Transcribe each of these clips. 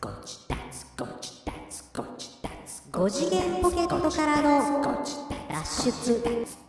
5次元ポケットからの脱出。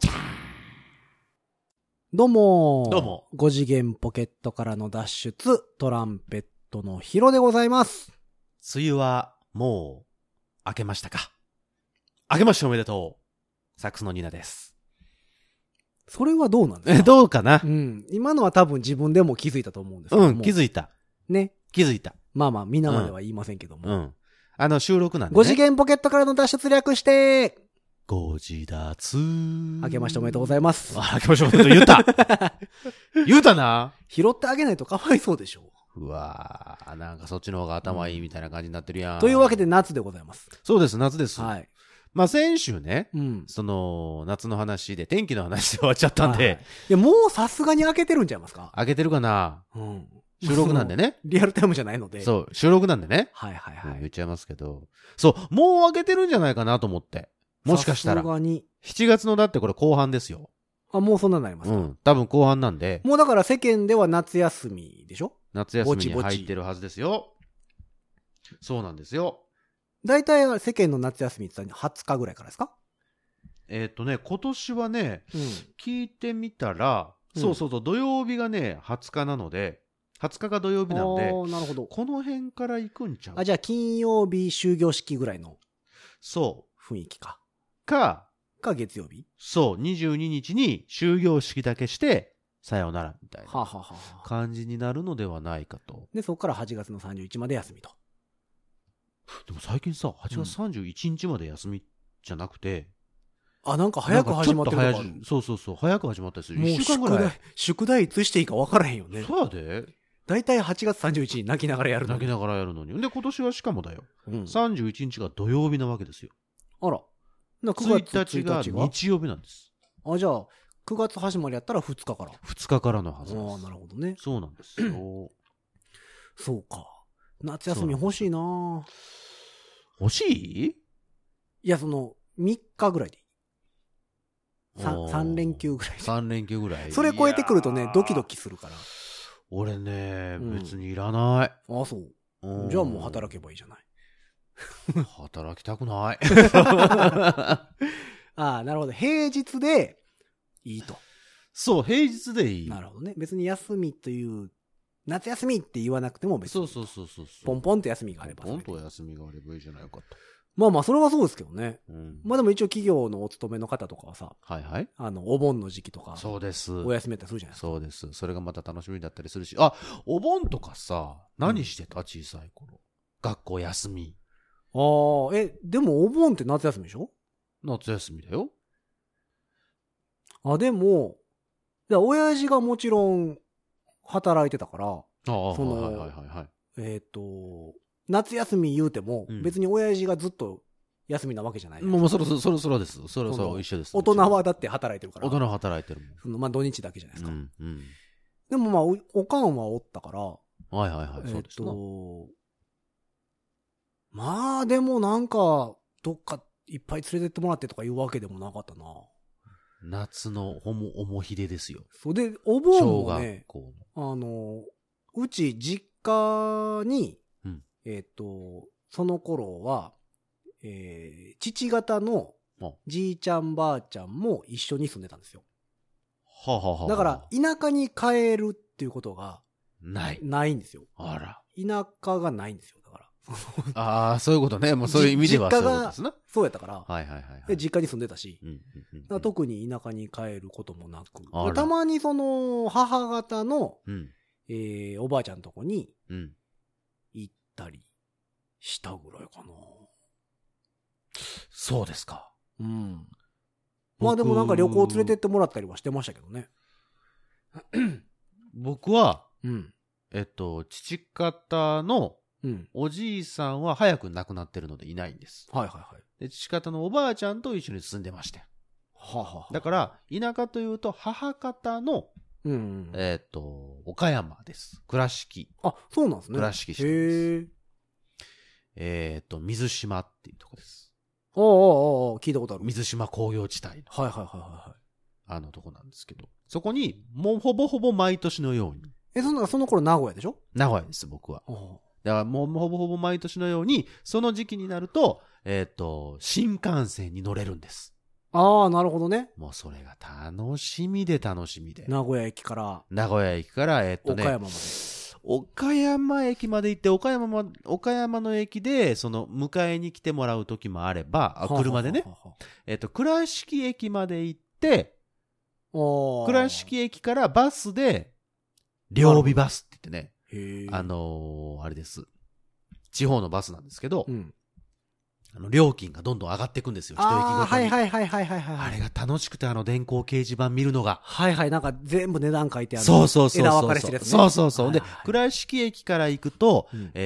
どうもどうも 5次元ポケットからの脱出、トランペットのヒロでございます。 梅雨はもう明けましたか？明けましておめでとう。サックスのニナです。 それはどうなんですか？ どうかな？ 今のは多分自分でも気づいたと思うんですけども。 気づいた。 ね。 気づいた。 まあまあ、皆までは言いませんけども。 収録なんでね。 5次元ポケットからの脱出略して、 ご自立。 明けましておめでとうございます。 明けましておめでとう。言った言うたな。 拾ってあげないとかわいそうでしょうわぁ、なんかそっちの方が頭いいみたいな感じになってるやん。 というわけで夏でございます。 そうです、夏です。 はい。 まあ先週ね、その夏の話で天気の話で終わっちゃったんで。 いや、もうさすがに開けてるんちゃいますか？ 開けてるかな？収録なんでね。 リアルタイムじゃないので。 そう、収録なんでね。 はいはいはい。 言っちゃいますけど。そう、もう開けてるんじゃないかなと思って。もしかしたら。 さすがに。 7月のだってこれ後半ですよ。 あ、もうそんなになりますか？ 多分後半なんで。 もうだから世間では夏休みでしょ？ 夏休みに入ってるはずですよ。そうなんですよ。 大体世間の夏休みって20日ぐらいからですか？ 今年はね、聞いてみたら、そう、土曜日がね、20日なので、20日が土曜日なんで、 なるほど。 この辺から行くんちゃう？ あ、じゃあ金曜日終業式ぐらいの。 そう。 雰囲気か。 か月曜日？ そう、22日に終業式だけして、さよならみたいな感じになるのではないかと。 で、そこから8月の31日まで休みと。 でも最近さ、8月31日まで休みじゃなくて、 なんか早く始まってるのか。 そう、早く始まったりする。 もう 1週間ぐらい。 宿題いつしていいか分からへんよね。 そうやで。 だいたい8月31日に泣きながらやるのに。 泣きながらやるのに。で、今年はしかもだよ。31日が土曜日なわけですよ。 あら。 9月1日が日曜日なんです。 じゃあ、9月始まりやったら2日から。 2日からのはずです。 なるほどね。 そうなんですよ。 そうか。夏休み欲しいな。 欲しい？ いや、3日ぐらいでいい。3連休ぐらい。 3連休ぐらい。 それ超えてくるとね、ドキドキするから。 俺ね、別にいらない。 そう。じゃあもう働けばいいじゃない。 働きたくない。 なるほど。平日でいいと。 そう、平日でいい。 なるほどね。別に休みという、夏休みって言わなくても別に。 そう。 ポンポンと休みがあれば。 ポンと休みがあればいいじゃないかと。 まあ、それはそうですけどね。まあでも一応企業のお勤めの方とかはさ。 はいはい。 お盆の時期とか。 そうです。 お休みやったりするじゃないですか。 そうです。それがまた楽しみだったりするし。お盆とかさ、何してた？小さい頃。学校休み。 でもお盆って夏休みでしょ？ 夏休みだよ。 でも、親父がもちろん働いてたから、夏休み言うても、別に親父がずっと休みなわけじゃない。 もうそろそろです。そろ一緒です。 大人はだって働いてるから。 大人は働いてるもん。まあ土日だけじゃないですか。でもまあ、おかんはおったから、 そうですな。 まあでもなんか、どっかいっぱい連れてってもらってとかいうわけでもなかったな。 夏のおもひでですよ。 そうで、お盆もね、 小学校うち実家に、その頃は、父方のじいちゃんばあちゃんも一緒に住んでたんですよ。だから、田舎に帰るっていうことが、ないんですよ。 あら。 田舎がないんですよ。だから。 そういうことね。もうそういう意味ではそういうことですな。 そうやったから。で、実家に住んでたし。特に田舎に帰ることもなく。たまに母方の、おばあちゃんのとこに、行ったりしたぐらいかな。 そうですか。 まあでもなんか旅行連れてってもらったりはしてましたけどね。 僕は、父方のおじいさんは早く亡くなってるのでいないんです。で、父方のおばあちゃんと一緒に住んでまして。だから、田舎というと母方の、岡山です。倉敷。 そうなんですね。 倉敷市です。水島っていうとこです。 聞いたことある。 水島工業地帯の。 とこなんですけど。そこに、もうほぼほぼ毎年のように。 その頃名古屋でしょ？ 名古屋です、僕は。 だからもうほぼほぼ毎年のように、その時期になると、新幹線に乗れるんです。 ああ、なるほどね。 もうそれが楽しみで楽しみで。 名古屋駅から。 名古屋駅から、 岡山まで。 岡山駅まで行って、岡山の駅で、迎えに来てもらう時もあれば、車でね、倉敷駅まで行って、倉敷駅からバスで、両備バスって言ってね、あれです。地方のバスなんですけど、料金がどんどん上がっていくんですよ、一駅ごとに。 はい。 あれが楽しくて、電光掲示板見るのが。 はい、なんか全部値段書いてある。 そう。 枝分かれしてるやつね。 そう。で、倉敷駅から行くと、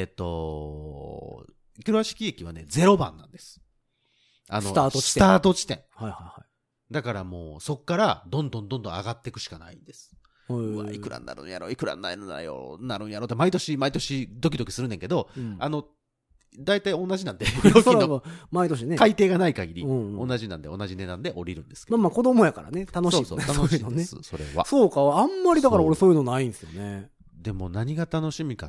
倉敷駅はね、0番なんです。スタート地点。 はい。 だからもう、そっから、どんどん上がっていくしかないんです。うわ、いくらになるんやろって、毎年ドキドキするねんけど、大体同じなんで、料金の毎年ね。 改定がない限り、同じなんで、同じ値段で降りるんですけど。 まあ子供やからね、楽しい。 そう、楽しいです、それは。 そうか、あんまりだから俺そういうのないんですよね。 でも何が楽しみかって、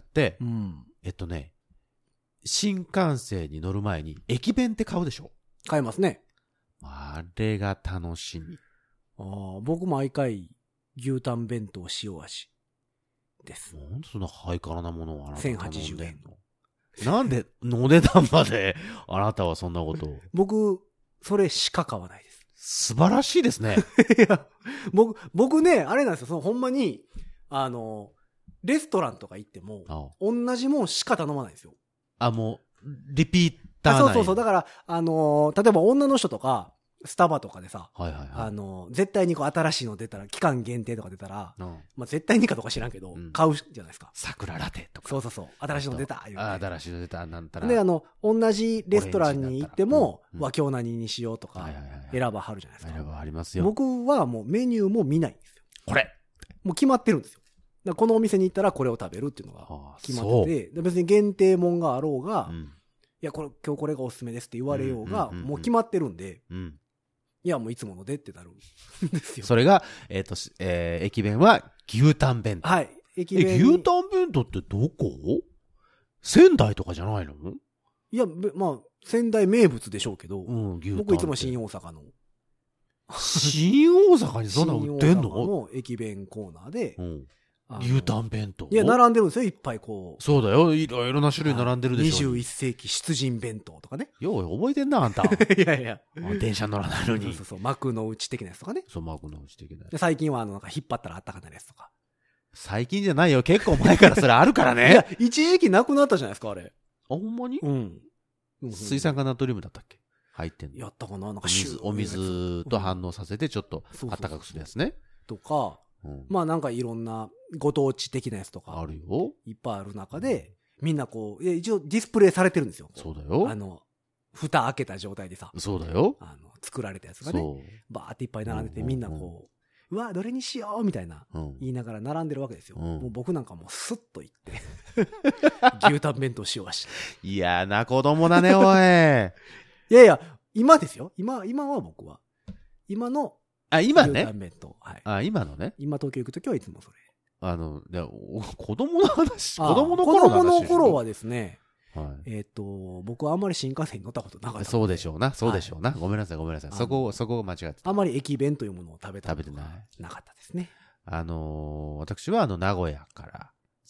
新幹線に乗る前に駅弁って買うでしょ？ 買いますね。 あれが楽しみ。 僕毎回、牛タン弁当塩味です。 なんでそんなハイカラなものをあなた 1080円の。 なんで、お値段まで、あなたはそんなことを。 僕、それしか買わないです。 素晴らしいですね。 いや、僕ね、あれなんですよ、ほんまに、レストランとか行っても、同じもんしか頼まないんですよ。 もう、リピーターない。 そう。だから、例えば女の人とか、スタバとかでさ、絶対に新しいの出たら、期間限定とか出たら、まあ絶対にかとか知らんけど、買うじゃないですか。 桜ラテとか。 そう。新しいの出た、言うて。 新しいの出た、なんたら。 で、同じレストランに行っても、今日何にしようとか、選ばはるじゃないですか。 選ばはりますよ。 僕はもうメニューも見ないんですよ。 これもう決まってるんですよ。だからこのお店に行ったらこれを食べるっていうのが決まってて、別に限定もんがあろうが、いや、今日これがおすすめですって言われようが、もう決まってるんで、いや、もういつものでってなるんですよ。 それが、駅弁は牛タン弁当。 はい。 駅弁。牛タン弁当ってどこ？仙台とかじゃないの？ いや、まあ、仙台名物でしょうけど、僕いつも新大阪の。 新大阪にそんな売ってんの？ 新大阪の駅弁コーナーで、 牛タン弁当。 いや、並んでるんですよ、いっぱいこう。 そうだよ、いろいろな種類並んでるでしょ。 21世紀出陣弁当とかね。 よう覚えてんな、あんた。 いや。 電車乗らないのに。 そう、幕の内的なやつとかね。 そう、幕の内的なやつ。 で、最近はなんか引っ張ったらあったかなやつとか。 最近じゃないよ、結構前からそれあるからね。 いや、一時期なくなったじゃないですか、あれ。 ほんまに？水酸化ナトリウムだったっけ？入ってんの？ やったかな、なんかお水と反応させてちょっとあったかくするやつね。 とか、まあなんかいろんなご当地的なやつとか。 あるよ。 いっぱいある中で、みんなこう、一応ディスプレイされてるんですよ。 そうだよ。 蓋開けた状態でさ。 そうだよ。 作られたやつがね。バーっていっぱい並んでて、みんなこう、うわ、どれにしようみたいな、言いながら並んでるわけですよ。もう僕なんかもうスッと行って、牛タン弁当しようし。 嫌な子供だね、おい。 いや、今ですよ。今は僕は。今の、 今ね。 牛タン弁当。はい。 今のね。 今東京行くときはいつもそれ。 子供の話、子供の頃はですね、僕はあんまり新幹線に乗ったことなかった。 そうでしょうな。ごめんなさい。そこを間違ってた。 あんまり駅弁というものを食べてなかったですね。 私は名古屋から、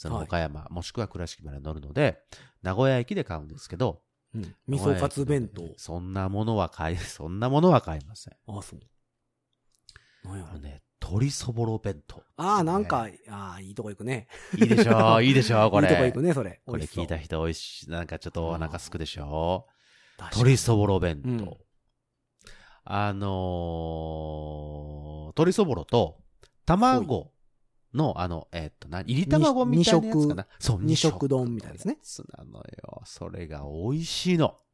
岡山、もしくは倉敷まで乗るので、名古屋駅で買うんですけど、 味噌カツ弁当。 そんなものは買いません。 あ、そう。なんやろね。 鶏そぼろ弁当。 なんか、いいとこ行くね。 いいでしょ、いいでしょ、これ。 いいとこ行くね、それ。 これ聞いた人美味しい、なんかちょっとお腹すくでしょ。鶏そぼろ弁当。鶏そぼろと、卵の、入り卵みたいなやつかな。 そう、二色丼みたいですね。 なのよ。それが美味しいの。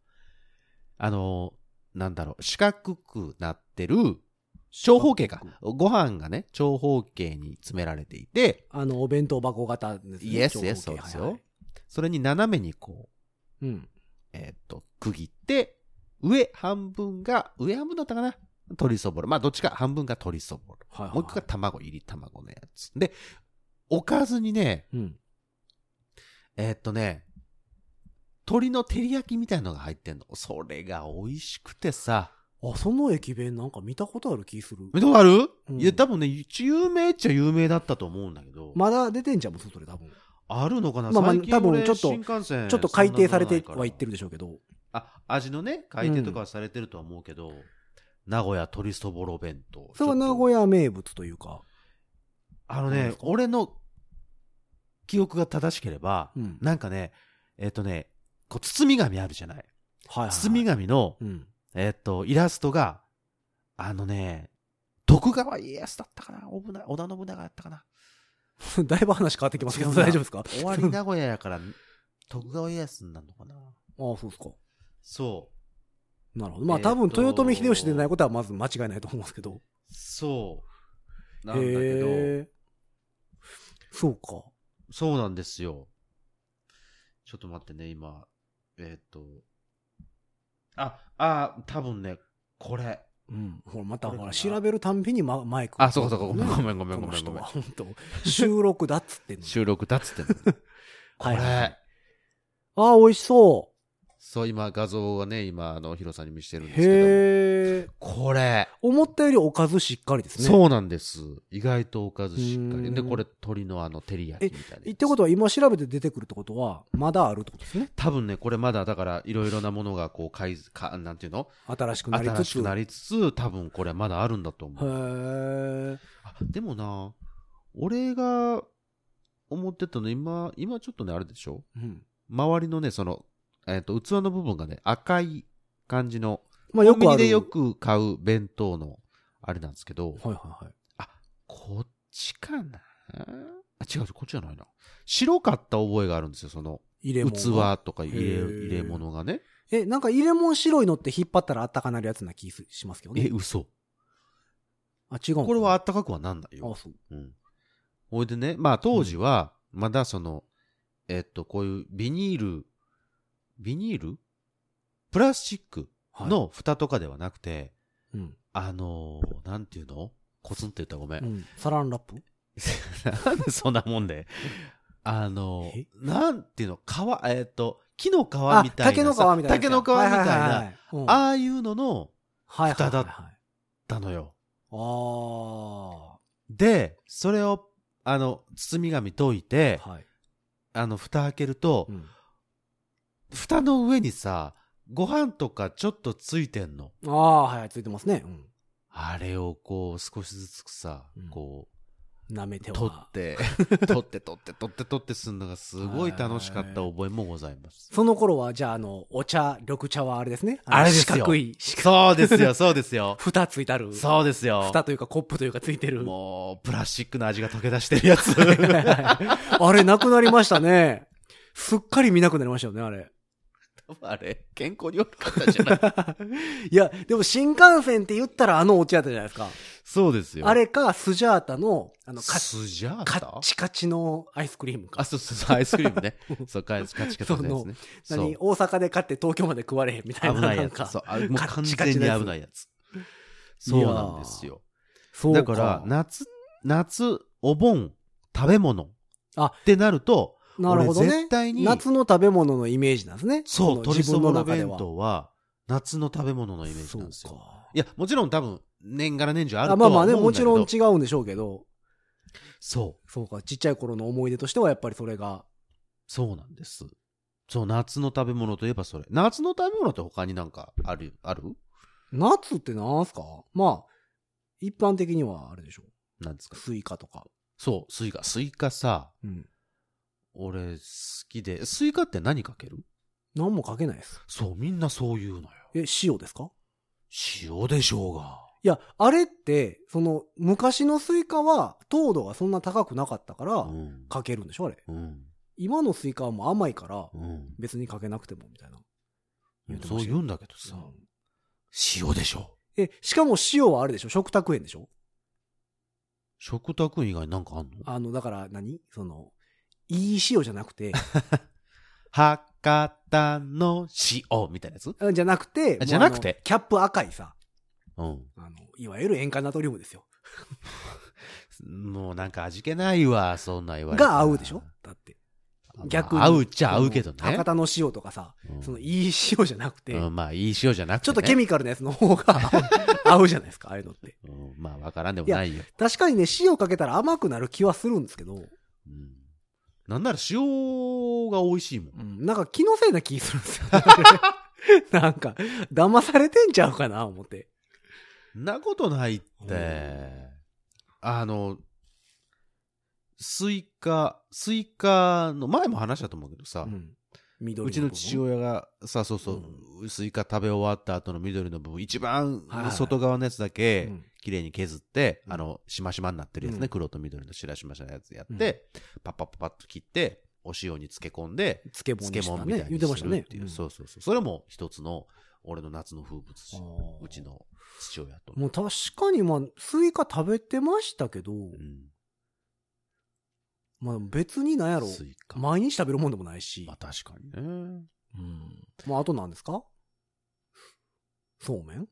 なんだろう、四角くなってる、長方形か。ご飯がね、長方形に詰められていて。 お弁当箱型ですね。 イエス、そうですよ。それに斜めにこう、区切って、上半分だったかな、鶏そぼろ。まあ、どっちか半分が鶏そぼろ。もう一個が卵、入り卵のやつ。で、おかずにね、 鶏の照り焼きみたいのが入ってんの。それが美味しくてさ。 あ、その駅弁なんか見たことある気する。 見たことある？いや、多分ね、有名っちゃ有名だったと思うんだけど。 まだ出てんじゃん、それ多分。 あるのかな。 まあ、 最近多分ちょっと改定されてはいってるでしょうけど。 味のね、改定とかはされてるとは思うけど、名古屋鶏そぼろ弁当。 それは名古屋名物というか。 俺の記憶が正しければ、なんかね、こう包み紙あるじゃない。はい。包み紙の、イラストが、徳川家康だったかな、織田信長だったかな。 だいぶ話変わってきますけど、大丈夫ですか？ 終わり名古屋やから、徳川家康になるのかな。ああ、 そうですか。 そう。 なるほど。まあ多分、豊臣秀吉でないことはまず間違いないと思うんですけど。 そう。なんだけど。 そうか。 そうなんですよ。ちょっと待ってね、今。多分ね、これ。 ほら、またほら、調べるたんびにマイク。 そうか。ごめん。 本当収録だっつってんの。 収録だっつってんの。これ。 美味しそう。 そう、今画像がね、ヒロさんに見せてるんですけども。これ。 思ったよりおかずしっかりですね。 そうなんです。意外とおかずしっかり。で、これ鶏の照り焼きみたいな。 ってことは今調べて出てくるってことは、まだあるってことですね。 多分ね、これまだだからいろいろなものがこうなんていうの？ 新しくなりつつ、多分これまだあるんだと思う。 へー。 でもな、俺が思ってたの、今ちょっとね、あれでしょ？周りのね、器の部分がね、赤い感じの、コンビニでよく買う弁当の、あれなんですけど、こっちかな？違う、こっちじゃないな。白かった覚えがあるんですよ、その、器とか入れ物がね。 なんか入れ物白いのって引っ張ったらあったかなるやつな気しますけどね。 嘘。 違う。 これはあったかくはなんないよ。 そう。 ほいでね、まあ当時は、まだこういうビニールプラスチックの蓋とかではなくて、なんていうの？コツンって言ったらごめん。 サランラップ？ なんでそんなもんで。なんていうの？木の皮みたいな。 竹の皮みたいな。 竹の皮みたいな。ああいうのの蓋だったのよ。で、それを、包み紙解いて、蓋開けると、蓋の上にさ、ご飯とかちょっとついてんの。 ついてますね。 あれをこう、少しずつさ、こう、 舐めては。 取ってすんのがすごい楽しかった覚えもございます。 その頃は、じゃあ、緑茶はあれですね。 あれですよ。 四角い。 そうですよ。 蓋ついてある。 そうですよ。 蓋というかコップというかついてる。 もう、プラスチックの味が溶け出してるやつ。 あれ、なくなりましたね。すっかり見なくなりましたよね、あれ。 あれ、健康に良かったじゃない。 いや、でも新幹線って言ったらお茶だったじゃないですか。 そうですよ。 あれか、スジャータの、 スジャータ？ カッチカチのアイスクリームか。 そう、アイスクリームね。そう、カッチカチのやつね。 大阪で買って東京まで食われへんみたいな。 危ないやつ。そう、もう完全に危ないやつ。そうなんですよ。だから、夏、お盆、食べ物ってなると、 なるほどね。 絶対に。 夏の食べ物のイメージなんですね。 そう、鶏そぼろ弁当は、夏の食べ物のイメージなんですよ。いや、もちろん多分、年がら年中あるとは思うんだけど。 もちろん違うんでしょうけど。 そう。 そうか、ちっちゃい頃の思い出としてはやっぱりそれが。 そうなんです。そう、夏の食べ物といえばそれ。夏の食べ物って他になんかある？ 夏ってなんすか？まあ、一般的にはあれでしょ。 なんですか？ スイカとか。 そう、スイカさ、俺好きで、スイカって何かける？ 何もかけないです。 そう、みんなそう言うのよ。 塩ですか？ 塩でしょうが。 いや、あれって、昔のスイカは糖度がそんな高くなかったから、かけるんでしょあれ。今のスイカはもう甘いから、別にかけなくてもみたいな。 そう言うんだけどさ、塩でしょ。 しかも塩はあれでしょ？食卓園でしょ？ 食卓園以外なんかあんの？ だからいい塩じゃなくて、 博多の塩みたいなやつ？ じゃなくて、 キャップ赤いさ。 うん。 いわゆる塩化ナトリウムですよ。 もうなんか味気ないわ、そんな言われたら。 が合うでしょ？だって。 逆に。 合うっちゃ合うけどね。 博多の塩とかさ、そのいい塩じゃなくて。 まあいい塩じゃなくて、 ちょっとケミカルなやつの方が合うじゃないですか、ああいうのって。 まあわからんでもないよ。 確かにね、塩かけたら甘くなる気はするんですけど。 なんなら塩が美味しいもん。 なんか気のせいな気するんですよ、ね。なんか、騙されてんちゃうかな、思って。 なことないって。スイカの前も話したと思うけどさ、うちの父親がさ、そうそう、スイカ食べ終わった後の緑の部分、一番外側のやつだけ綺麗に削って、しましまになってるやつね、黒と緑の白しましまのやつやって、パッパッパッパッと切って、お塩に漬け込んで、漬物みたいにするっていう。そうそうそう。それも一つの俺の夏の風物詩。うちの父親と。 もう確かにまあ、スイカ食べてましたけど、まあ別になんやろ。毎日食べるもんでもないし。 まあ確かにね。 まああと何ですか？そうめん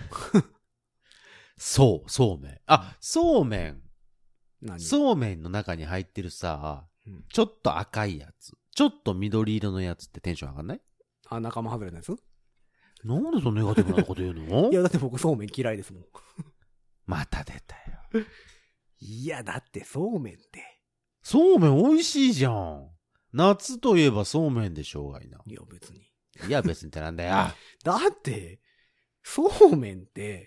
そうめん。あ、そうめん。そうめんの中に入ってるさ、ちょっと赤いやつ。ちょっと緑色のやつってテンション上がんない？ 仲間外れのやつ？ なんでそんなネガティブなこと言うの？ いや、だって僕そうめん嫌いですもん。 また出たよ。 いや、だってそうめんって。 そうめん美味しいじゃん。夏といえばそうめんでしょうがいな。 いや、別に。 いや、別にってなんだよ。 だって、そうめんって、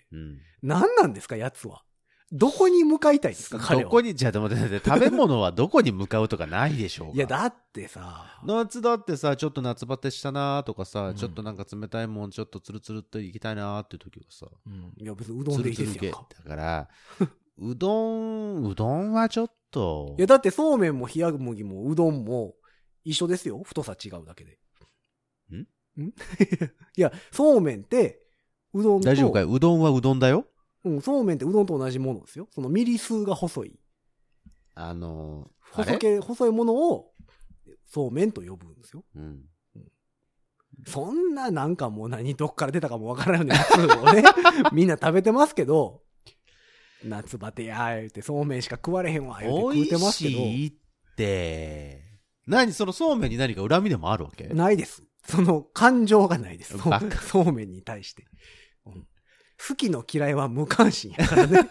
何なんですか、やつは。どこに向かいたいですか、彼は。 どこに、じゃあでも食べ物はどこに向かうとかないでしょうか。 いや、だってさ。 夏だってさ、ちょっと夏バテしたなとかさ、ちょっとなんか冷たいもん、ちょっとツルツルっといきたいなっていう時はさ。 いや、別にうどんでいいですよ。 だから、うどんはちょっと。 いや、だってそうめんも冷や麦もうどんも一緒ですよ。太さ違うだけで。いや、そうめんって、うどんと。 大丈夫かいうどんはうどんだよ。 そうめんってうどんと同じものですよ。そのミリ数が細い。細いものを、そうめんと呼ぶんですよ。そんななんかもうどっから出たかもわからないようなやつをね、みんな食べてますけど、夏バテやー言ってそうめんしか食われへんわ言って食うてますけど。 美味しいって。そのそうめんに何か恨みでもあるわけ？ ないです。その感情がないです。そうめんに対して。好きの嫌いは無関心やからね。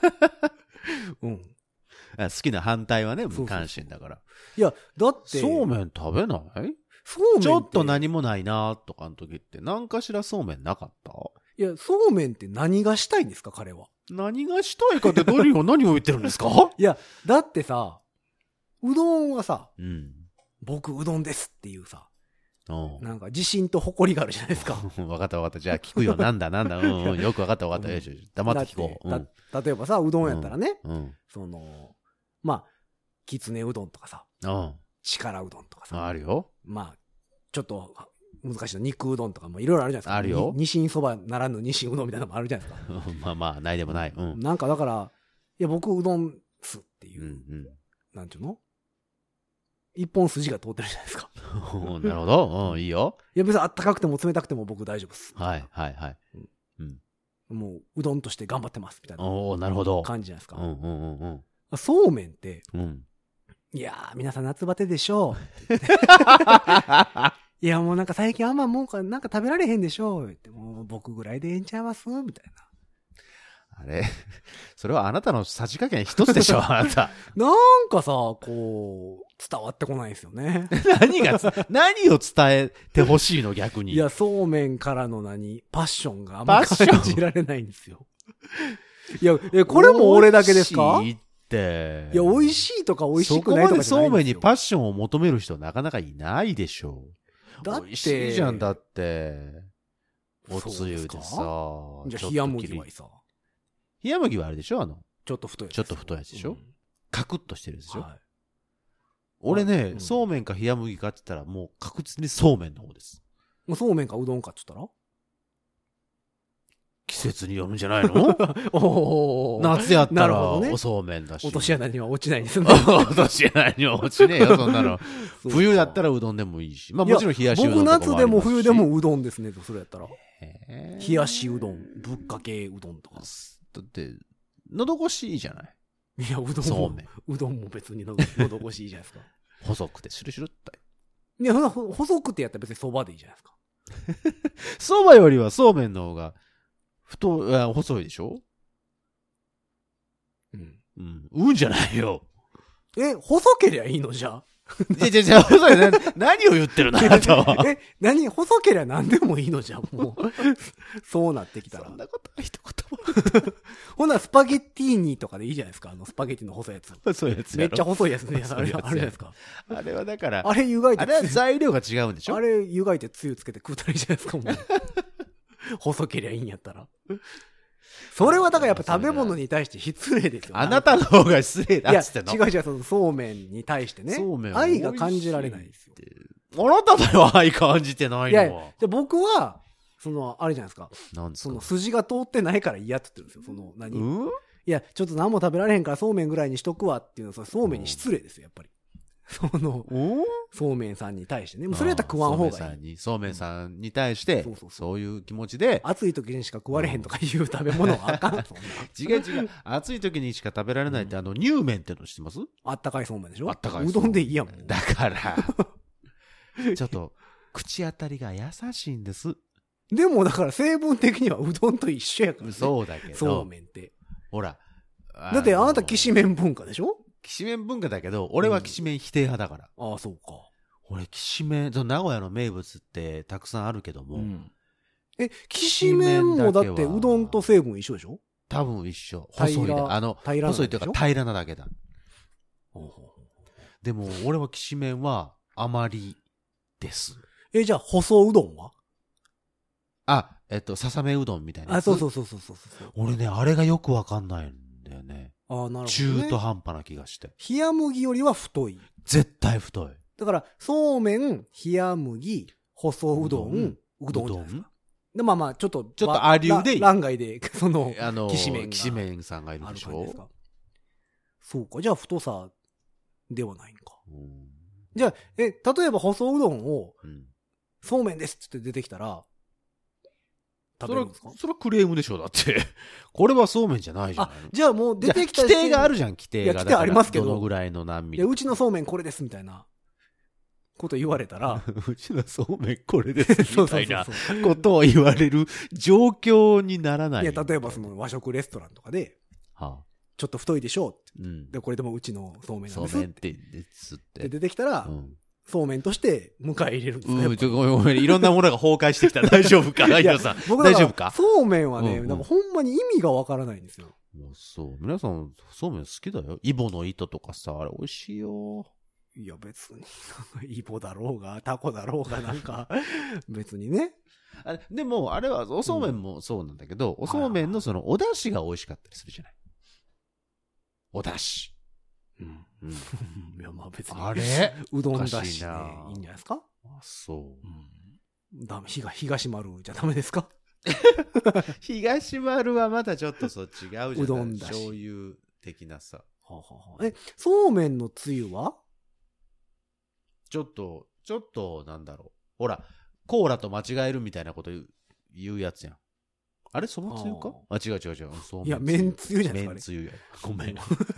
好きな反対はね、無関心だから。 いや、だって。 そうめん食べない？ そうめんちょっと何もないなとかの時って何かしらそうめんなかった？ いや、そうめんって何がしたいんですか、彼は。 何がしたいかって何を言ってるんですか？ いや、だってさ、うどんはさ、僕うどんですっていうさ、なんか自信と誇りがあるじゃないですか。 わかった。じゃあ聞くよ。なんだ。よくわかった。黙って聞こう。例えばさ、うどんやったらね、まあ、きつねうどんとかさ、力うどんとかさ。 あるよ。 まあ、ちょっと難しいの肉うどんとかもいろいろあるじゃないですか。 あるよ。 にしんそばならぬにしんうどんみたいなのもあるじゃないですか。まあ、ないでもない。 なんかだから、いや、僕うどんすっていう、なんちゅうの一本筋が通ってるじゃないですか。 なるほど。いいよ。 いや、別にあったかくても冷たくても僕大丈夫です。 はい。 もう、うどんとして頑張ってます、みたいな。 なるほど。 感じじゃないですか。そうめんって、いやー、皆さん夏バテでしょう。いや、もうなんか最近あんまもうなんか食べられへんでしょう。ってもう僕ぐらいでええんちゃいますみたいな。 あれそれはあなたのさじ加減一つでしょあなた。 なんかさ、こう、伝わってこないですよね。 何を伝えてほしいの逆に。 いや、そうめんからのパッションがあんま感じられないんですよ。いや、これも俺だけですか？ 美味しいって。 いや、美味しいとか美味しくないとかじゃないんですよ。 そこまでそうめんにパッションを求める人なかなかいないでしょう。だって。美味しいじゃん、だって。おつゆでさ。 じゃあ、冷や麦はいさ。 冷や麦はあれでしょちょっと太いやつ。 ちょっと太いやつでしょ、カクッとしてるでしょ、俺ね、そうめんか冷や麦かって言ったらもう確実にそうめんの方です。 そうめんかうどんかって言ったら季節によるんじゃないの？夏やったらおそうめんだし。 落とし穴には落ちないですね。 落とし穴には落ちねえよ、そんなの。冬だったらうどんでもいいし。まあもちろん冷やしうどんとかもありますし。 僕夏でも冬でもうどんですね、それやったら。冷やしうどん、ぶっかけうどんとか。 だって、喉越しいいじゃない。 いや、うどんも別に喉越しいいじゃないですか。 細くてシュルシュルって。 いや、細くてやったら別に蕎麦でいいじゃないですか。 蕎麦よりはそうめんの方が細いでしょ？うん。うんじゃないよ。 細けりゃいいのじゃあ。 細い。何を言ってるのあなたは。 細けりゃ何でもいいのじゃん、もう。そうなってきたら。 そんなことは一言も。ほんならスパゲッティーニとかでいいじゃないですか、スパゲッティの細いやつ。 細いやつめっちゃ細いやつね。あれじゃないですか。 あれはだから。 あれ湯がいて。 あれは材料が違うんでしょ？ あれ湯がいてつゆつけて食うたらいいじゃないですか、もう。細けりゃいいんやったら。それはだからやっぱ食べ物に対して失礼ですよ。 あなたの方が失礼だっつっての。 いや、違う、そうめんに対してね。そうめん愛が感じられないですよ。 あなただよ、愛感じてないのは。いや、 僕は、あれじゃないですか。 なんですか？ 筋が通ってないから嫌って言ってるんですよ。いや、ちょっと何も食べられへんからそうめんぐらいにしとくわっていうのは、そうめんに失礼ですよ、やっぱり。そうめんさんに対してね。それやったら食わん方がいい。 そうめんさんに対して、そういう気持ちで。 暑い時にしか食われへんとかいう食べ物はあかん。 違う。暑い時にしか食べられないって、乳麺っての知ってます？ あったかいそうめんでしょ？ あったかい。 うどんでいいやもん。 だから、ちょっと、口当たりが優しいんです。 でもだから成分的にはうどんと一緒やからね。 そうだけど。 そうめんって。 ほら。 だってあなたきしめん文化でしょ？ きしめん文化だけど、俺はきしめん否定派だから。 ああ、そうか。 俺、きしめん、名古屋の名物ってたくさんあるけども。 きしめんもだってうどんと成分一緒でしょ？ 多分一緒。細いだ。細いというか平らなだけだ。でも、俺はきしめんは甘りです。 じゃあ、細うどんは？ ささめうどんみたいなやつ。 そう。 俺ね、あれがよくわかんないんだよね。 なるほど、ね。 中途半端な気がして。 冷麦よりは太い。 絶対太い。 だから、そうめん、冷麦、細うどん、うどんじゃないですか。で、まあ、ちょっとアリューで欄外で、きしめんさんがいるでしょ。 そうか。じゃあ、太さではないんか。じゃあ、例えば細うどんを、そうめんですって出てきたら、食べるんですか？ それはクレームでしょ、だって。これはそうめんじゃないじゃないの。 じゃあもう出てきた規定があるじゃん、規定が。 規定ありますけど。 どのぐらいの何ミリ。 うちのそうめんこれですみたいなこと言われたら。 うちのそうめんこれですみたいなことを言われる状況にならない。 いや、例えば和食レストランとかで、ちょっと太いでしょうって。で、これでもうちのそうめんなんです。 そうめんですって。 で、出てきたら、そうめんとして迎え入れるんですよ。ごめん、いろんなものが崩壊してきた。大丈夫か？大丈夫さん。大丈夫か？ そうめんはね、なんかほんまに意味がわからないんですよ。 そう。皆さん、そうめん好きだよ。イボの糸とかさ、あれ美味しいよ。 いや、別に。イボだろうが、タコだろうが、なんか、別にね。 でも、あれは、おそうめんもそうなんだけど、おそうめんのお出汁が美味しかったりするじゃない。お出汁。 いや、まあ別に。 あれうどんだしでいいんじゃないですか？ そう。 ダメ、東丸じゃダメですか？ 東丸はまだちょっと違うじゃん。 うどんだし。 醤油的なさ。 そうめんのつゆは？ ちょっと、なんだろう。ほら、コーラと間違えるみたいなこと言うやつやん。あれそばつゆか？違う。 いや、めんつゆじゃないですか。 めんつゆや。ごめん。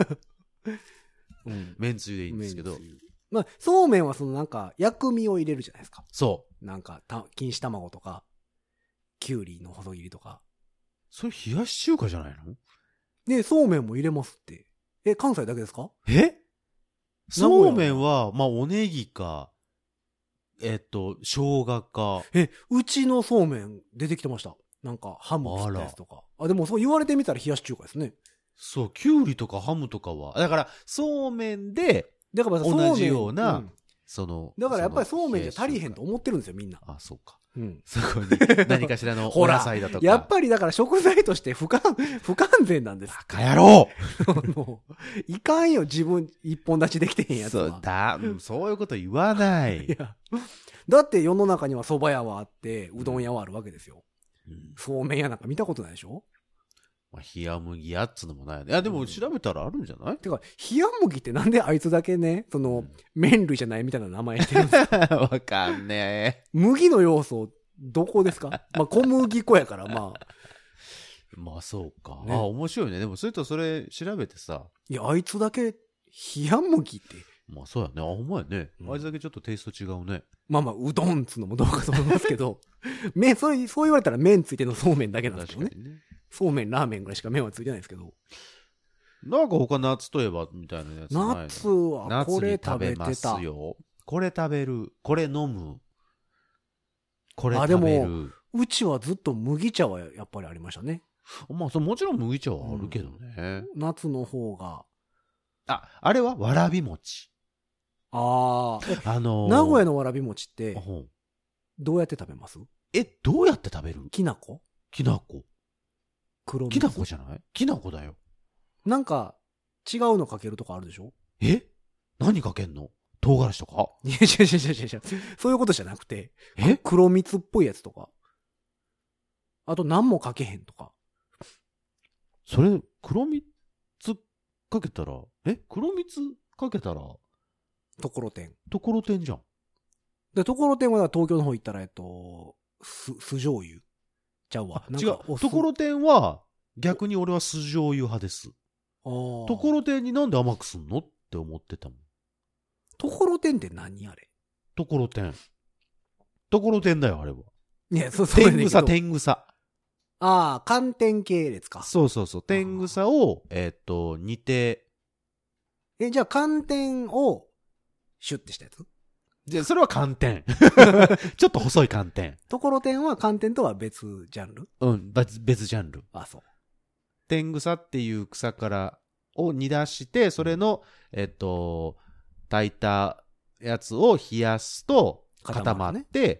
めんつゆでいいんですけど。 まあ、そうめんはなんか、薬味を入れるじゃないですか。 そう。 なんか、錦糸卵とか、きゅうりの細切りとか。 それ冷やし中華じゃないの？ ね、そうめんも入れますって。関西だけですか？ そうめんは、まあ、おネギか、生姜か。 うちのそうめん出てきてました。なんか、ハム切ったやつとか。でもそう言われてみたら冷やし中華ですね。 そう、きゅうりとかハムとかは。だから、そうめんで、同じような、 だからやっぱりそうめんじゃ足りへんと思ってるんですよ、みんな。 そうか。そこに何かしらのお野菜だとか。 やっぱりだから食材として不完全なんです。 バカ野郎もう、いかんよ、自分一本立ちできてへんやつは。 そういうこと言わない。 いや、だって世の中には蕎麦屋はあって、うどん屋はあるわけですよ。そうめん屋なんか見たことないでしょ？ 冷麦屋っつのもないよね。いや、でも調べたらあるんじゃない？ てか、冷麦ってなんであいつだけね、麺類じゃないみたいな名前してるんですか？ わかんねえ。 麦の要素、どこですか？小麦粉やから、まあそうか。面白いね。でも、それ調べてさ。 いや、あいつだけ、冷麦って。 まあそうやね。あ、ほんまやね。あれだけちょっとテイスト違うね。 まあまあ、うどんつのもどうかと思いますけど、麺、そう言われたら麺ついてのそうめんだけなんですけどね。そうめん、ラーメンぐらいしか麺はついてないですけど。 なんか他夏といえばみたいなやつないの？ 夏はこれ食べてた。 夏に食べますよ。これ食べる。これ飲む。これ食べる。 でも、うちはずっと麦茶はやっぱりありましたね。 まあ、もちろん麦茶はあるけどね。 夏の方が。 あれはわらび餅。 名古屋のわらび餅って、どうやって食べます？ どうやって食べる？ きなこ？ きなこ。 黒蜜？ きなこじゃない？きなこだよ。 なんか、違うのかけるとかあるでしょ？ 何かけんの？唐辛子とか？ いや、違う。そういうことじゃなくて、黒蜜っぽいやつとか。あと何もかけへんとか。 それ、黒蜜かけたら、黒蜜かけたら、 ところてん。 ところてんじゃん。 で、ところてんは東京の方行ったら、酢醤油ちゃうわ。 違う。ところてんは、逆に俺は酢醤油派です。ところてんになんで甘くすんのって思ってたもん。 ところてんって何あれ？ ところてん。ところてんだよ、あれは。 いや、 天草。 寒天系列か。 そう。天草を、煮て。 じゃあ寒天を、シュッてしたやつ？ それは寒天。ちょっと細い寒天。 ところてんは寒天とは別ジャンル？ 別ジャンル。 そう。 天草っていう草からを煮出して、それの、炊いたやつを冷やすと固まって、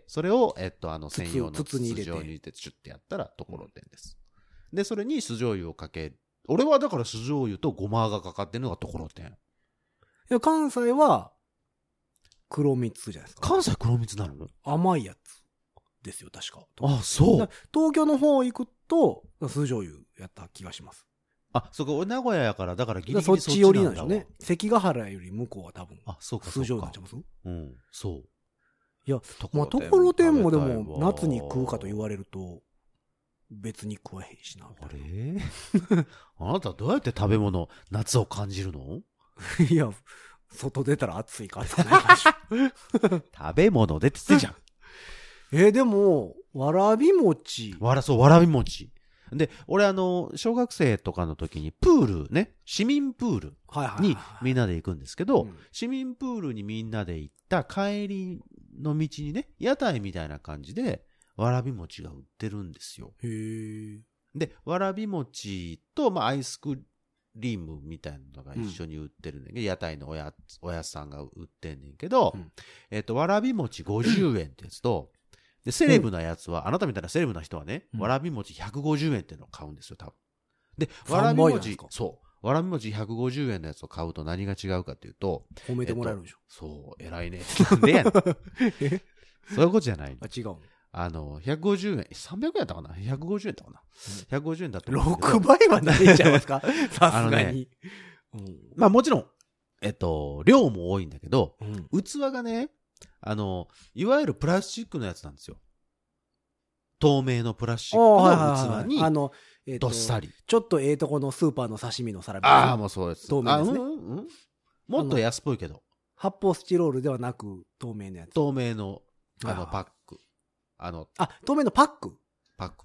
それを、専用の筒に入れて、シュッてやったらところてんです。で、それに酢醤油をかけ、俺はだから酢醤油とごまがかかってるのがところてん。 いや、関西は、黒蜜じゃないですか。 関西黒蜜なの？ 甘いやつですよ、確か。 そう。 東京の方行くと、酢醤油やった気がします。 そこ、名古屋やから、だからギリギリそっち寄りなんでしょうね。関ヶ原より向こうは多分。 そうか。 酢醤油になっちゃいます？ そう。 いや、ところてんもでも、夏に食うかと言われると、別に食わへんしな。 あなたどうやって食べ物、夏を感じるの？ いや、外出たら暑いからとかないでしょ。 食べ物でって言ってんじゃん。 でも、わらび餅。 わらび餅。で、俺小学生とかの時にプールね、市民プールにみんなで行くんですけど、市民プールにみんなで行った帰りの道にね、屋台みたいな感じで、わらび餅が売ってるんですよ。で、わらび餅と、アイスクリームみたいなのが一緒に売ってるんだけど、屋台のおやつさんが売ってんねんけど、わらび餅50円ってやつと、で、セレブなやつは、あなたみたいなセレブな人はね、わらび餅150円っていうのを買うんですよ、多分。で、わらび餅150円のやつを買うと何が違うかっていうと、 褒めてもらえるでしょ。 そう、偉いね。なんでやねん。そういうことじゃないの。 違う。 150円、300円だったかな ?150 円だったかな、?150 円だと思う。6倍はないんちゃいますか？さすがに。 もちろん、量も多いんだけど、器がね、いわゆるプラスチックのやつなんですよ。透明のプラスチックの器に、どっさり。 ちょっととこのスーパーの刺身のサラダ。 もうそうです。 透明ですね。 もっと安っぽいけど。 発泡スチロールではなく、透明のやつ。 透明の、パック。 透明のパック？ パック。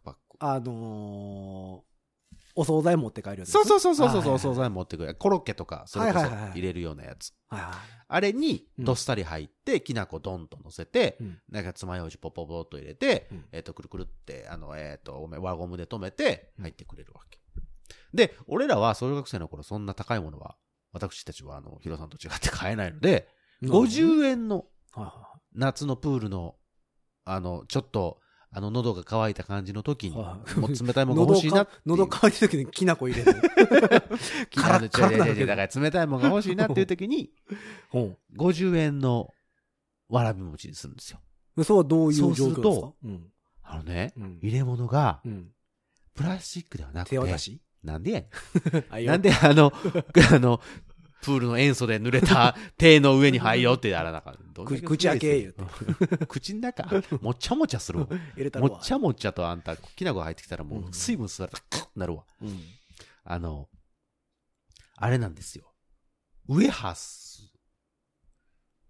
お惣菜持って帰るやつ。 そう、お惣菜持ってくる。コロッケとか、それこそ入れるようなやつ。あれに、どっさり入って、きな粉ドンと乗せて、なんか爪楊枝ポポポっと入れて、くるくるって、輪ゴムで留めて、入ってくれるわけ。で、俺らは小学生の頃、そんな高いものは、私たちは、ヒロさんと違って買えないので、50円の、夏のプールの、ちょっと、喉が渇いた感じの時に、もう冷たいものが欲しいなって。 喉渇いた時にきな粉入れる。 カラッカラだから冷たいものが欲しいなっていう時に、50円のわらび餅にするんですよ。 それはどういう状況ですか？そうすると、 入れ物が、プラスチックではなくて、 手渡し？ なんでやなんでプールの塩素で濡れた手の上に入よってやらなかった。 口開け言うて。口の中、もちゃもちゃするわ。もちゃもちゃとあんた、きな粉入ってきたらもう水分吸われたらカッなるわ。あれなんですよ。ウエハース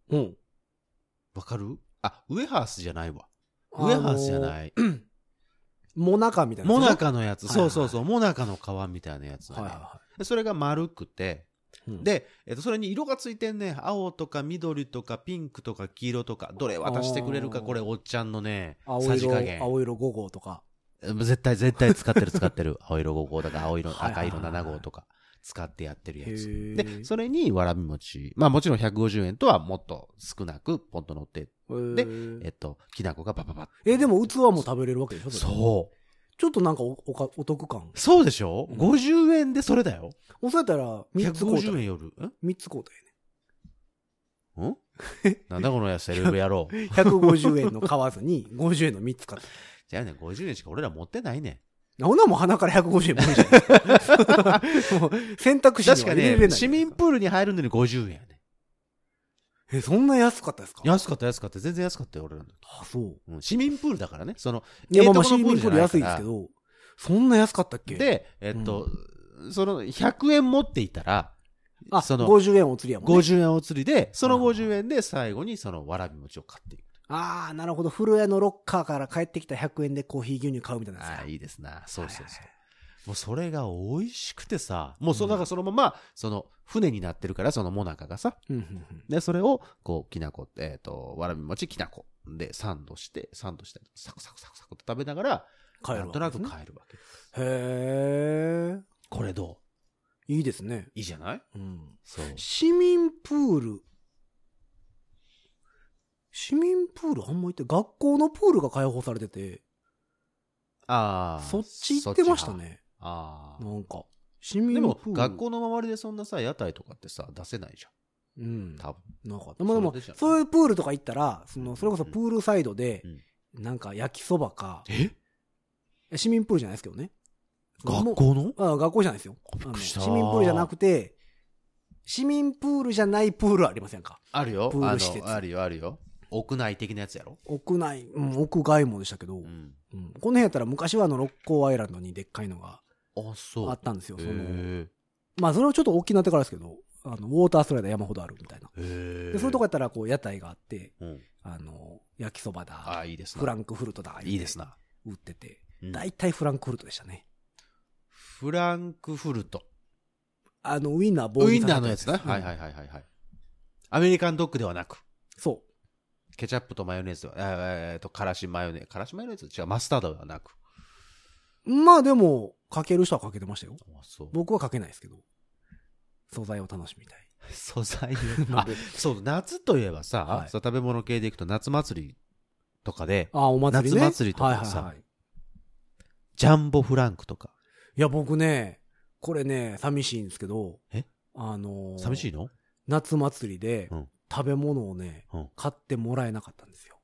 うん。 わかる？ウエハースじゃないわ。ウエハースじゃない。 モナカみたいな。 モナカのやつ。そうそうそう。モナカの皮みたいなやつ、ね。 はいはい。 それが丸くて、で、それに色がついてんね。青とか緑とかピンクとか黄色とか、どれ渡してくれるか、これおっちゃんのね、さじ加減。 青色5号とか。 絶対使ってる。青色5号とか、赤色7号とか。使ってやってるやつ。で、それにわらび餅。まあもちろん150円とはもっと少なくポンと乗って。で、きな粉がパパパッ。 でも器も食べれるわけでしょ？ そう。 ちょっとなんかお得感。 そうでしょ？ 50 円でそれだよ。 そうやったら3つ買うた。 150円よる。 3つ買うたやね。なんだこのやつセレブ野郎。 150円の買わずに50円の3つ買った。 じゃあね、50円しか俺ら持ってないね。 ほなもう鼻から150円もいいじゃないですか。選択肢には入れれない。 確かね、市民プールに入るのに50円やね。 そんな安かったですか？ 安かった。全然安かったよ、俺らの時。 そう。 市民プールだからね。 いや、まあ市民プール安いですけど、そんな安かったっけ？ で、その100円持っていたら、 50円お釣りやもんね。 50円お釣りで、その50円で最後にそのわらび餅を買っていく。 なるほど。風呂屋のロッカーから帰ってきた100円でコーヒー牛乳買うみたいなやつ。 いいですな。そう。もうそれが美味しくてさ、もうだからそのまま、船になってるから、そのモナカがさ。で、それを、こう、きな粉、わらび餅きな粉でサンドして、サクサクと食べながら、なんとなく帰るわけです。 へー。 これどう？いいですね。 いいじゃない？そう。 市民プールあんま行って、学校のプールが開放されてて、そっち行ってましたね。なんか、市民プール。でも、 学校の周りでそんなさ、屋台とかってさ、出せないじゃん。多分。 なんか、でも、そういうプールとか行ったら、それこそプールサイドで、なんか焼きそばか、市民プールじゃないですけどね。 学校の？ 学校じゃないですよ。市民プールじゃなくて、市民プールじゃないプールありませんか？ あるよ。 プール施設。 あるよ。屋内的なやつやろ？ 屋内、屋外もでしたけど、この辺やったら昔は六甲アイランドにでっかいのがあったんですよ。まあそれはちょっと大きくなってからですけど、ウォータースライダー山ほどあるみたいな。でそういうとこやったらこう屋台があって、焼きそばだ、 いいですフランクフルトだ、 いいですな。 売ってて、大体フランクフルトでしたね。 フランクフルト。 ウインナーウインナーのやつな。はい。アメリカンドッグではなく。 そう。 ケチャップとマヨネーズは、からしマヨネーズ違う、マスタードではなく。 まあでも、かける人はかけてましたよ。僕はかけないですけど。素材を楽しみたい。 素材をそう、夏といえばさ、食べ物系でいくと夏祭りとかで、 お祭りね。 夏祭りとかさ、ジャンボフランクとか。 いや、僕ね、これね、寂しいんですけど、 寂しいの？ 夏祭りで、食べ物をね、買ってもらえなかったんですよ。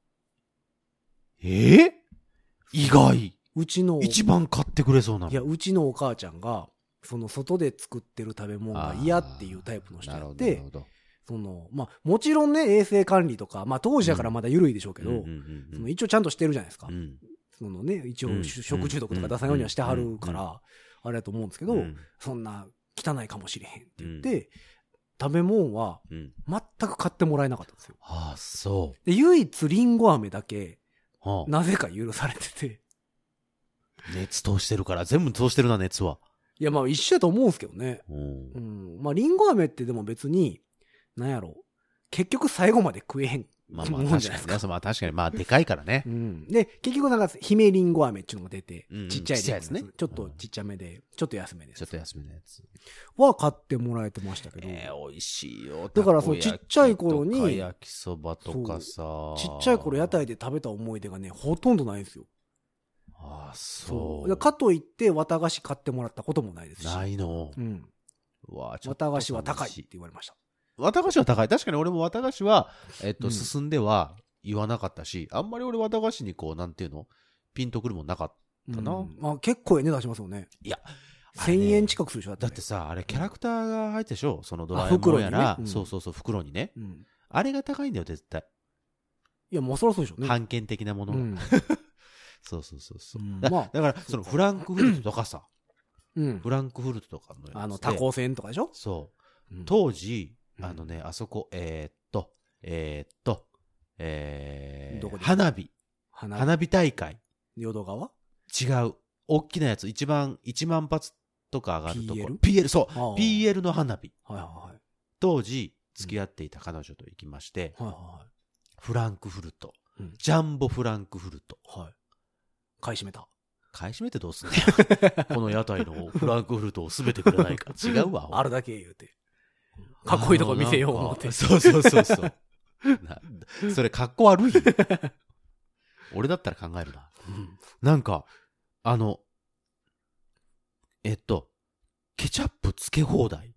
意外。 うちの一番買ってくれそうなの。 いや、うちのお母ちゃんが、外で作ってる食べ物が嫌っていうタイプの人やって、まあ、もちろんね、衛生管理とか、まあ当時だからまだ緩いでしょうけど、一応ちゃんとしてるじゃないですか。一応食中毒とか出さないようにはしてはるから、あれだと思うんですけど、そんな汚いかもしれへんって言って、食べ物は全く買ってもらえなかったんですよ。 そう。 で、唯一リンゴ飴だけ、なぜか許されてて。 熱通してるから、全部通してるな、熱は。 いや、まあ一緒やと思うんですけどね。まあリンゴ飴ってでも別に、なんやろ。結局最後まで食えへん。 まあ確かに。まあ確かに。まあでかいからね。 で、結局なんか、姫リンゴ飴っていうのが出て、ちっちゃいやつね。ちょっとちっちゃめで、ちょっと安めです。 ちょっと安めのやつ。 は買ってもらえてましたけど。 美味しいよ。 だからちっちゃい頃に、 焼きそばとかさ。 ちっちゃい頃屋台で食べた思い出がね、ほとんどないんですよ。 そう。 かといって、綿菓子買ってもらったこともないですし。 ないの。 綿菓子は高いって言われました。 綿菓子は高い。確かに俺も綿菓子は、進んでは言わなかったし、あんまり俺綿菓子にこう、なんていうのピンとくるもんなかったな。 まあ結構値段しますよね。 いや、 1000円近くするでしょ。 だってさ、あれキャラクターが入ってでしょそのドラえもんやら、そう、袋にね。あれが高いんだよ、絶対。 いや、もうそろそろでしょうね。 半券的なもの。そう。だから、そのフランクフルトとかさ、フランクフルトとかのタコ船とかでしょ。 そう。当時、あそこ、 花火大会。 淀川？ 違う。大きなやつ、1万発とか上がるところ。 PL？ そう。PL の花火。 はいはいはい。 当時、付き合っていた彼女と行きまして、 はいはい。 フランクフルト。ジャンボフランクフルト。 はい。買い占めた。 買い占めてどうすんだよ。この屋台のフランクフルトをすべてくれないか。違うわ。 あるだけ言うて。かっこいいとこ見せよう思って。 そう。それかっこ悪い。俺だったら考えるな。なんか、ケチャップつけ放題。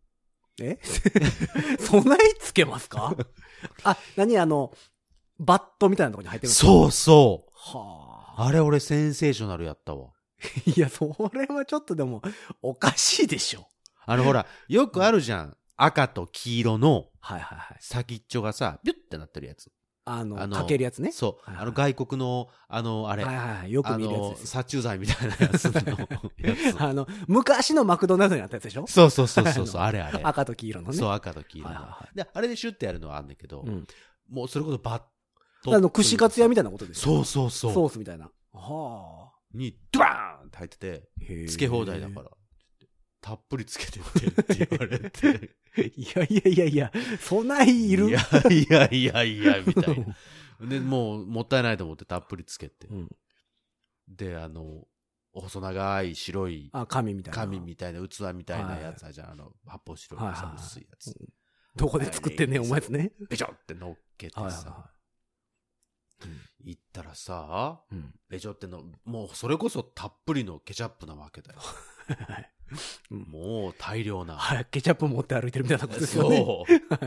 そんなにつけますか？何バットみたいなところに入ってるんですか？ そう。 はあ。あれ俺センセーショナルやったわ。 いや、それはちょっとでも、おかしいでしょ。 ほら、よくあるじゃん。赤と黄色の、 はいはいはい。 先っちょがさ、ビュッてなってるやつ。 かけるやつね。 そう。外国の、あれ。 はいはいはい。よく見るやつです。 殺虫剤みたいなやつの。 昔のマクドナルドにあったやつでしょ？ そう。あれ。 赤と黄色のね。 そう、赤と黄色の。で、あれでシュッてやるのはあるんだけど、もうそれこそバット。 串カツ屋みたいなことですよ。そう。 ソースみたいな。はあ。に、ドワーンって入ってて、つけ放題だから。たっぷりつけてって言われて。 いや、そんないる？ いや、みたいな。で、もう、もったいないと思ってたっぷりつけて。で、細長い白い。 紙みたいな。 紙みたいな、器みたいなやつじゃん。発泡白い薄いやつ。 どこで作ってんねん、お前やつね。 べちょって乗っけてさ。行ったらさ、べちょってもうそれこそたっぷりのケチャップなわけだよ。もう大量な。 ケチャップ持って歩いてるみたいなことですよね。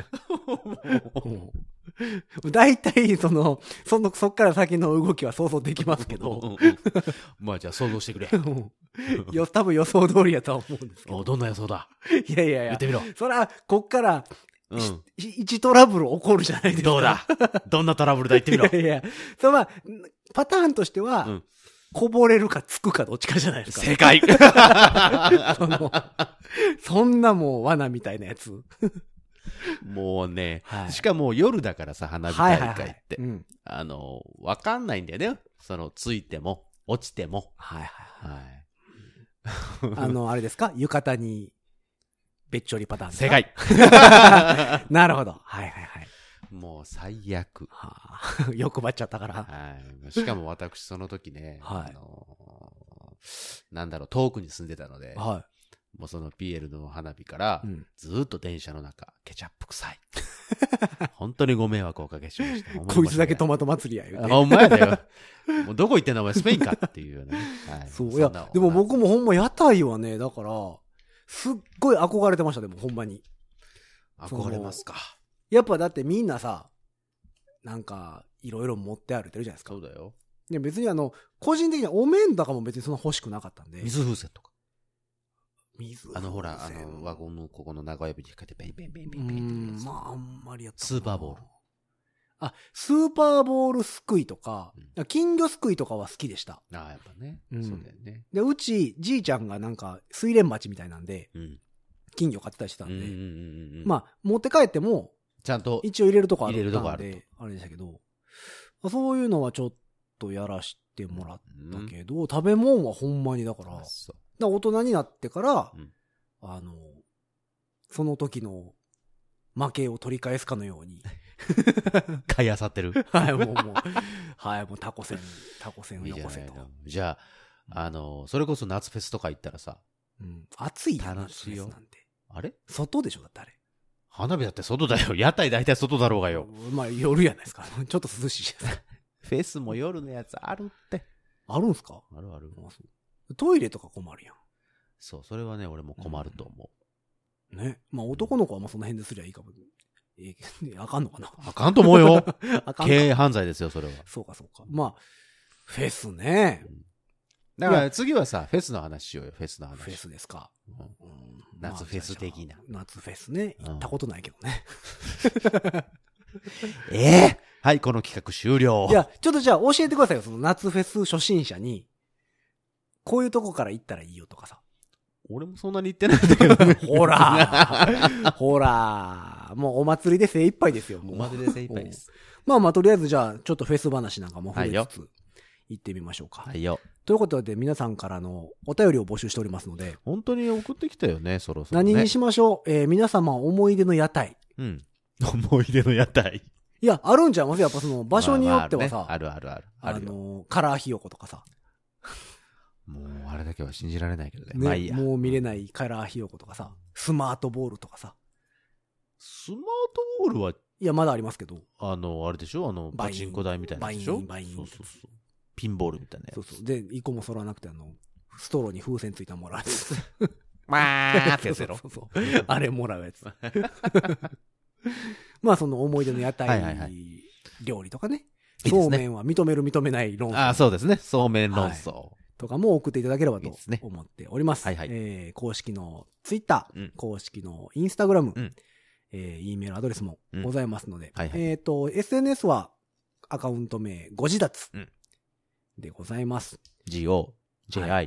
そう。大体、そっから先の動きは想像できますけど。 まあじゃあ想像してくれ。 多分予想通りやとは思うんですけど。 どんな予想だ？ いや。 言ってみろ。 そら、こっから、1トラブル起こるじゃないですか。 どうだ？どんなトラブルだ言ってみろ。 いや、パターンとしては、こぼれるかつくかどっちかじゃないですか。 正解。 そんなもう罠みたいなやつ。 もうね、しかも夜だからさ、花火大会って。わかんないんだよね。ついても、落ちても。 あれですか？浴衣に、べっちょりパターンですか？ 正解。 なるほど。はい。 もう最悪。 欲張っちゃったから。 しかも私その時ね、遠くに住んでたので、もうその PL の花火から、ずっと電車の中、ケチャップ臭い。本当にご迷惑をおかけしました。 こいつだけトマト祭りや言うて。 お前だよ。もうどこ行ってんのお前スペインかっていうよね。 そう。いや、でも僕もほんま屋台はね、だから、すっごい憧れてました、でもほんまに。 憧れますか。 やっぱだってみんなさ、なんか、いろいろ持って歩いてるじゃないですか。 そうだよ。 で別に個人的にはお面とかも別にそんな欲しくなかったんで。 水風船とか。ほら、ワゴンのここの長指に引っ掛けて、ペンペンペンペンペンって。 まあ、あんまりやった。 スーパーボール。 スーパーボールすくいとか、金魚すくいとかは好きでした。 やっぱね。そうだよね。 で、じいちゃんがなんか、水蓮鉢みたいなんで、金魚買ってたりしてたんで、まあ、持って帰っても、 ちゃんと一応入れるとこあるんで、あれでしたけど、そういうのはちょっとやらしてもらったけど、食べ物はほんまにだから、大人になってから、その時の負けを取り返すかのように。 買い漁ってる。 もうタコ船をよこせと。 じゃあ、それこそ夏フェスとか行ったらさ、 暑い夏フェスなんて。 あれ？ 外でしょだってあれ。 花火だって外だよ。屋台大体外だろうがよ。 まあ夜やないですか。ちょっと涼しいじゃない。 フェスも夜のやつあるって。 あるんすか？ ある。 トイレとか困るやん。 そう、それはね、俺も困ると思う。ね。まあ男の子はまあその辺ですりゃいいかも。あかんのかな？ あかんと思うよ。経営犯罪ですよ、それは。 そうか。まあ、フェスね。 だから次はさ、フェスの話しようよ、フェスの話。 フェスですか。 夏フェス的な。 夏フェスね。行ったことないけどね。 はい、この企画終了。 いや、ちょっとじゃあ教えてくださいよ、その夏フェス初心者に、こういうとこから行ったらいいよとかさ。 俺もそんなに言ってないんだけどね。 ほらほらもうお祭りで精一杯ですよ。 お祭りで精一杯です。 まあとりあえずじゃあ、ちょっとフェス話なんかも触れつつ、行ってみましょうか。 はいよ。 ということで、皆さんからのお便りを募集しておりますので。 本当に送ってきたよね、そろそろ、 ね。何にしましょう。皆様思い出の屋台。 うん。思い出の屋台。 いや、あるんちゃいます？やっぱその場所によってはさ。 ある。 カラーひよことかさ。 もう、あれだけは信じられないけどね。 まあいいや。もう見れないカラーひよことかさ。スマートボールとかさ。 スマートボールはいや、まだありますけど。 あれでしょパチンコ台みたいなやつでしょバイン。そう。 ピンボールみたいなやつ。 そう。で、一個も揃わなくて、ストローに風船ついたもらうやつ。 まーってやつやろ。 そう。あれもらうやつ。まあ、その思い出の屋台料理とかね。そうめんは認める認めない論争。 そうですね。そうめん論争。 とかも送っていただければと思っております。公式のツイッター、公式のインスタグラム、E メールアドレスもございますので、SNS はアカウント名ご自立でございます。 GOJIDA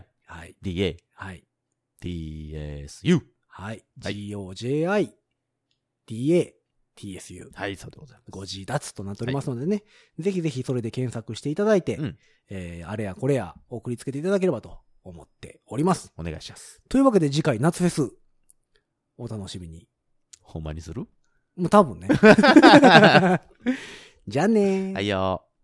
TSU はい。GOJIDA TSU はい、そうでございます。 ご自立となっておりますのでね、ぜひぜひそれで検索していただいて、あれやこれや送りつけていただければと思っております。 お願いします。 というわけで次回夏フェスお楽しみに。 ほんまにする？ もう多分ね。じゃあねー。 はいよー。